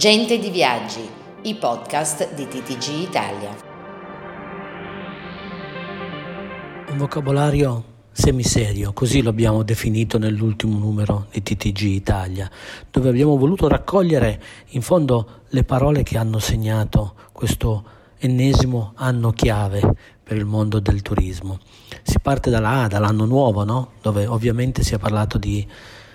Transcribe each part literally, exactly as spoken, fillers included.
Gente di Viaggi, i podcast di T T G Italia. Un vocabolario semiserio, così lo abbiamo definito nell'ultimo numero di T T G Italia, dove abbiamo voluto raccogliere in fondo le parole che hanno segnato questo ennesimo anno chiave per il mondo del turismo. Si parte da là, dall'anno nuovo, no? Dove ovviamente si è parlato di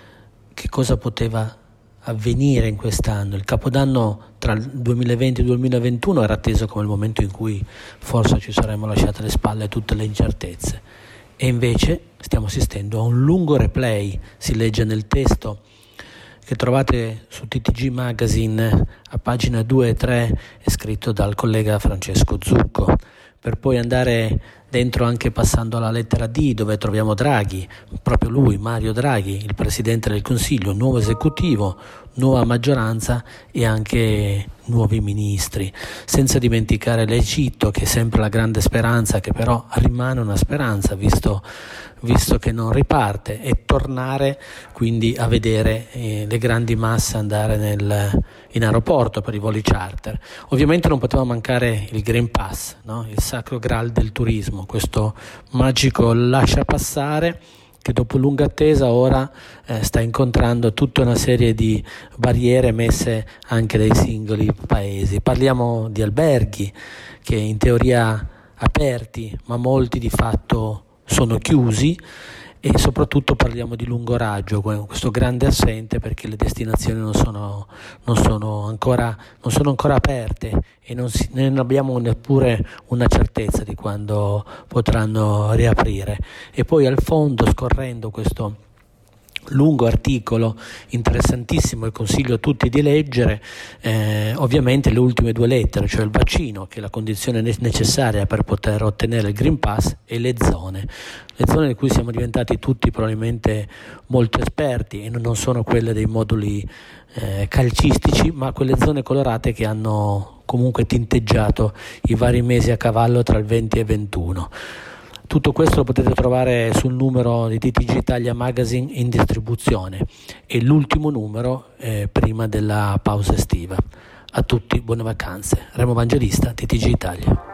che cosa poteva avvenire in quest'anno. Il capodanno tra il duemilaventi e il duemilaventuno era atteso come il momento in cui forse ci saremmo lasciati alle spalle tutte le incertezze, e invece stiamo assistendo a un lungo replay. Si legge nel testo che trovate su T T G Magazine a pagina due e tre, è scritto dal collega Francesco Zucco, per poi andare dentro anche passando alla lettera D, dove troviamo Draghi, proprio lui, Mario Draghi, il Presidente del Consiglio, nuovo esecutivo, nuova maggioranza e anche nuovi ministri, senza dimenticare l'Egitto, che è sempre la grande speranza, che però rimane una speranza visto, visto che non riparte, e tornare quindi a vedere eh, le grandi masse andare nel, in aeroporto per i voli charter. Ovviamente non poteva mancare il Green Pass, no? Il sacro graal del turismo, questo magico lascia passare che dopo lunga attesa ora eh, sta incontrando tutta una serie di barriere messe anche dai singoli paesi. Parliamo di alberghi che in teoria aperti, ma molti di fatto sono chiusi, e soprattutto parliamo di lungo raggio, questo grande assente, perché le destinazioni non sono, non sono, ancora, non sono ancora aperte e non, si, non abbiamo neppure una certezza di quando potranno riaprire. E poi al fondo, scorrendo questo lungo articolo interessantissimo, e consiglio a tutti di leggere, eh, ovviamente le ultime due lettere, cioè il vaccino, che è la condizione necessaria per poter ottenere il Green Pass, e le zone, le zone di cui siamo diventati tutti probabilmente molto esperti, e non sono quelle dei moduli eh, calcistici, ma quelle zone colorate che hanno comunque tinteggiato i vari mesi a cavallo tra il venti e il ventuno. Tutto questo lo potete trovare sul numero di T T G Italia Magazine in distribuzione, e l'ultimo numero eh, prima della pausa estiva. A tutti buone vacanze. Remo Evangelista, T T G Italia.